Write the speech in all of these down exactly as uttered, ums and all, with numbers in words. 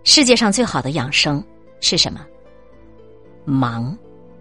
世界上最好的养生是什么？忙。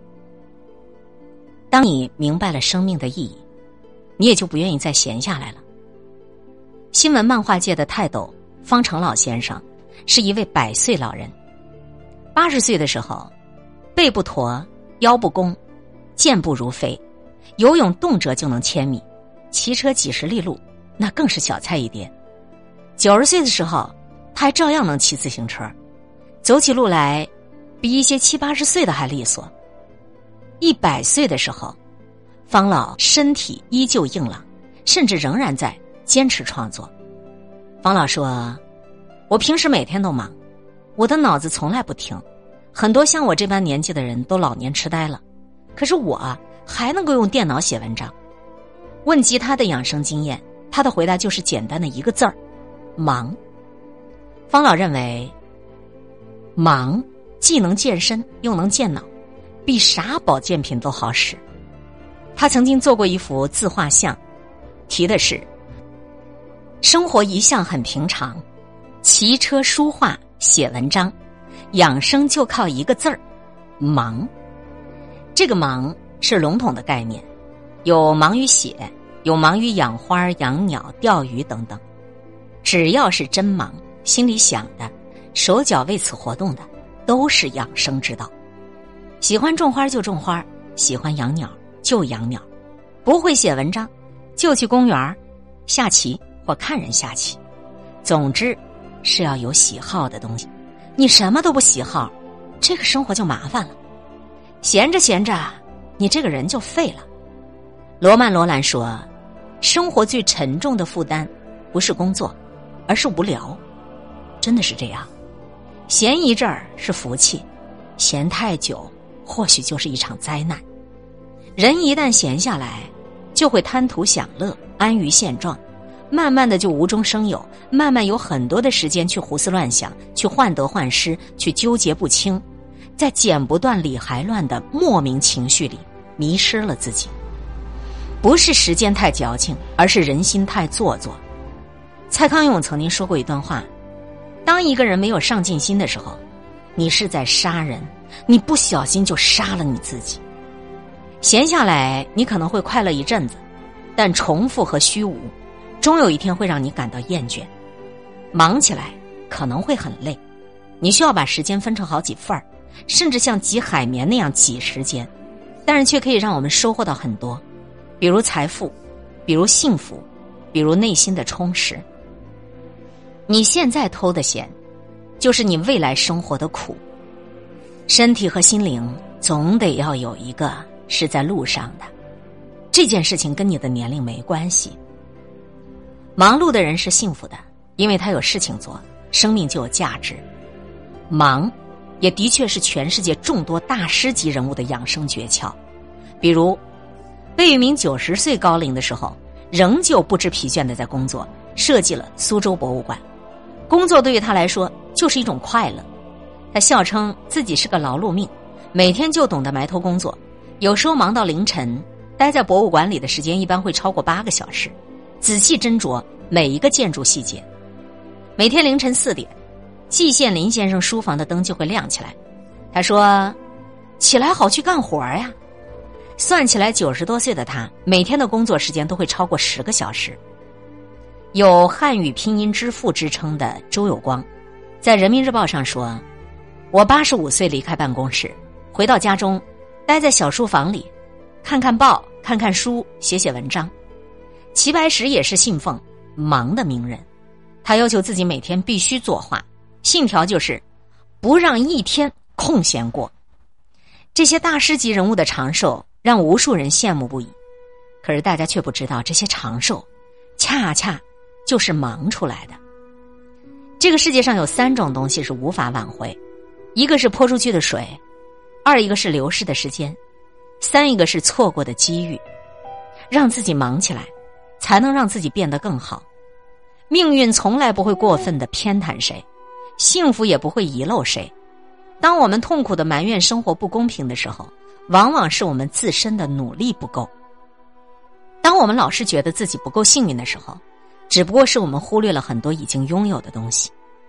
当你明白了生命的意义，你也就不愿意再闲下来了。新闻漫画界的泰斗方成老先生是一位百岁老人，八十岁的时候，背不驼，腰不弓，健步如飞，游泳动辄就能千米，骑车几十里路那更是小菜一碟。九十岁的时候，他还照样能骑自行车，走起路来比一些七八十岁的还利索。一百岁的时候，方老身体依旧硬朗，甚至仍然在坚持创作。方老说，我平时每天都忙，我的脑子从来不停，很多像我这般年纪的人都老年痴呆了，可是我啊还能够用电脑写文章。问及他的养生经验，他的回答就是简单的一个字儿：忙。方老认为，忙既能健身又能健脑，比啥保健品都好使。他曾经做过一幅自画像，题的是生活一向很平常，骑车书画写文章，养生就靠一个字儿：忙。这个忙是笼统的概念，有忙于写，有忙于养花养鸟钓鱼等等。只要是真忙，心里想的，手脚为此活动的，都是养生之道。喜欢种花就种花，喜欢养鸟就养鸟，不会写文章就去公园下棋或看人下棋。总之是要有喜好的东西，你什么都不喜好，这个生活就麻烦了。闲着闲着，你这个人就废了。罗曼·罗兰说，生活最沉重的负担不是工作，而是无聊。真的是这样，闲一阵儿是福气，闲太久或许就是一场灾难。人一旦闲下来，就会贪图享乐，安于现状，慢慢的就无中生有，慢慢有很多的时间去胡思乱想，去患得患失，去纠结不清，在剪不断理还乱的莫名情绪里迷失了自己。不是时间太矫情，而是人心太做作。蔡康永曾经说过一段话，当一个人没有上进心的时候，你是在杀人，你不小心就杀了你自己。闲下来你可能会快乐一阵子，但重复和虚无终有一天会让你感到厌倦。忙起来可能会很累，你需要把时间分成好几份儿，甚至像挤海绵那样挤时间，但是却可以让我们收获到很多，比如财富，比如幸福，比如内心的充实。你现在偷的闲，就是你未来生活的苦。身体和心灵总得要有一个是在路上的，这件事情跟你的年龄没关系。忙碌的人是幸福的，因为他有事情做，生命就有价值。忙也的确是全世界众多大师级人物的养生诀窍。比如魏玉明九十岁高龄的时候，仍旧不知疲倦地在工作，设计了苏州博物馆。工作对于他来说就是一种快乐，他笑称自己是个劳碌命，每天就懂得埋头工作，有时候忙到凌晨，待在博物馆里的时间一般会超过八个小时，仔细斟酌每一个建筑细节。每天凌晨四点，季羡林先生书房的灯就会亮起来，他说，起来好去干活呀。算起来九十多岁的他，每天的工作时间都会超过十个小时。有汉语拼音之父之称的周有光在人民日报上说，我八十五岁离开办公室，回到家中，待在小书房里，看看报，看看书，写写文章。齐白石也是信奉忙的名人，他要求自己每天必须作画，信条就是不让一天空闲过。这些大师级人物的长寿让无数人羡慕不已，可是大家却不知道，这些长寿恰恰就是忙出来的。这个世界上有三种东西是无法挽回，一个是泼出去的水，二一个是流逝的时间，三一个是错过的机遇。让自己忙起来，才能让自己变得更好。命运从来不会过分的偏袒谁，幸福也不会遗漏谁。当我们痛苦的埋怨生活不公平的时候，往往是我们自身的努力不够。当我们老是觉得自己不够幸运的时候，只不过是我们忽略了很多已经拥有的东西。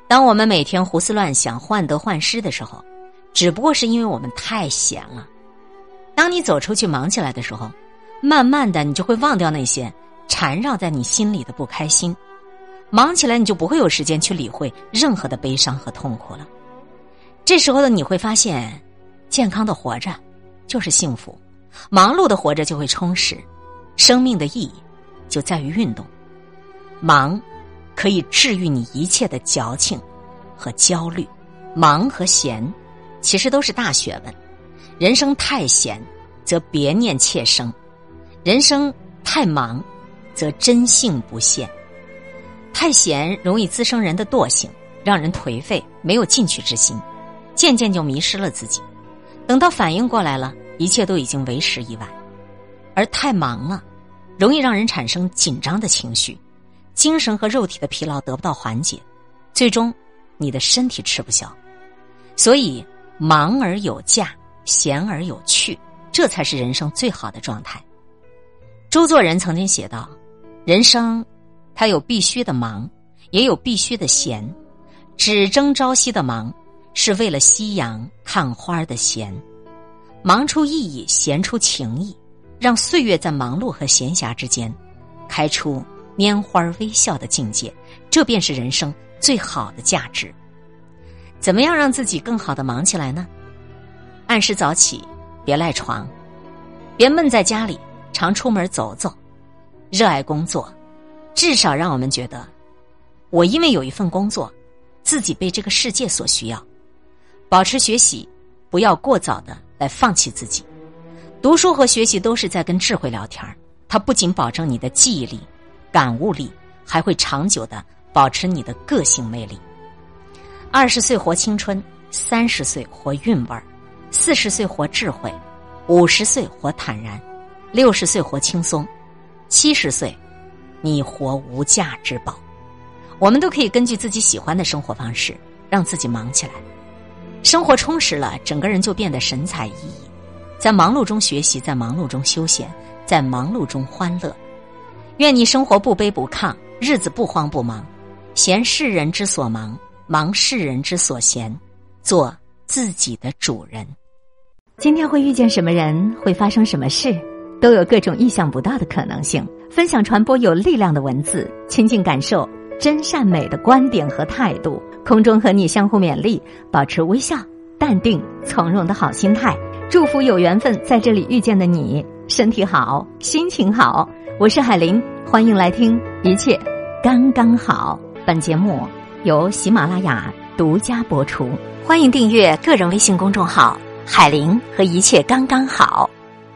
当我们每天胡思乱想、患得患失的时候，只不过是因为我们太闲了。当你走出去忙起来的时候，慢慢的你就会忘掉那些缠绕在你心里的不开心，忙起来你就不会有时间去理会任何的悲伤和痛苦了。这时候的你会发现，健康的活着就是幸福，忙碌的活着就会充实，生命的意义就在于运动。忙可以治愈你一切的矫情和焦虑，忙和闲其实都是大学问。人生太闲则别念妾生，人生太忙则真性不现。太闲容易滋生人的惰性，让人颓废，没有进取之心，渐渐就迷失了自己。等到反应过来了，一切都已经为时已晚。而太忙了，容易让人产生紧张的情绪，精神和肉体的疲劳得不到缓解，最终你的身体吃不消。所以忙而有价，闲而有趣，这才是人生最好的状态。周作人曾经写道，人生它有必须的忙，也有必须的闲。只争朝夕的忙，是为了夕阳看花的闲。忙出意义，闲出情谊，让岁月在忙碌和闲暇之间开出拈花微笑的境界，这便是人生最好的价值。怎么样让自己更好的忙起来呢？按时早起，别赖床，别闷在家里，常出门走走，热爱工作，至少让我们觉得我因为有一份工作，自己被这个世界所需要。保持学习，不要过早的来放弃自己。读书和学习都是在跟智慧聊天，它不仅保证你的记忆力、感悟力，还会长久的保持你的个性魅力。二十岁活青春，三十岁活韵味儿，四十岁活智慧，五十岁活坦然，六十岁活轻松，七十岁你活无价之宝。我们都可以根据自己喜欢的生活方式，让自己忙起来。生活充实了，整个人就变得神采奕奕。在忙碌中学习，在忙碌中休闲，在忙碌中欢乐。愿你生活不卑不亢，日子不慌不忙，闲世人之所忙，忙世人之所闲，做自己的主人。 今天会遇见什么人，会发生什么事，都有各种意想不到的可能性。分享传播有力量的文字，亲近感受真善美的观点和态度。空中和你相互勉励，保持微笑、淡定、从容的好心态。祝福有缘分在这里遇见的你，身体好，心情好。我是海林，欢迎来听一切刚刚好。本节目由喜马拉雅独家播出， 欢迎订阅个人微信公众号海林和一切刚刚好。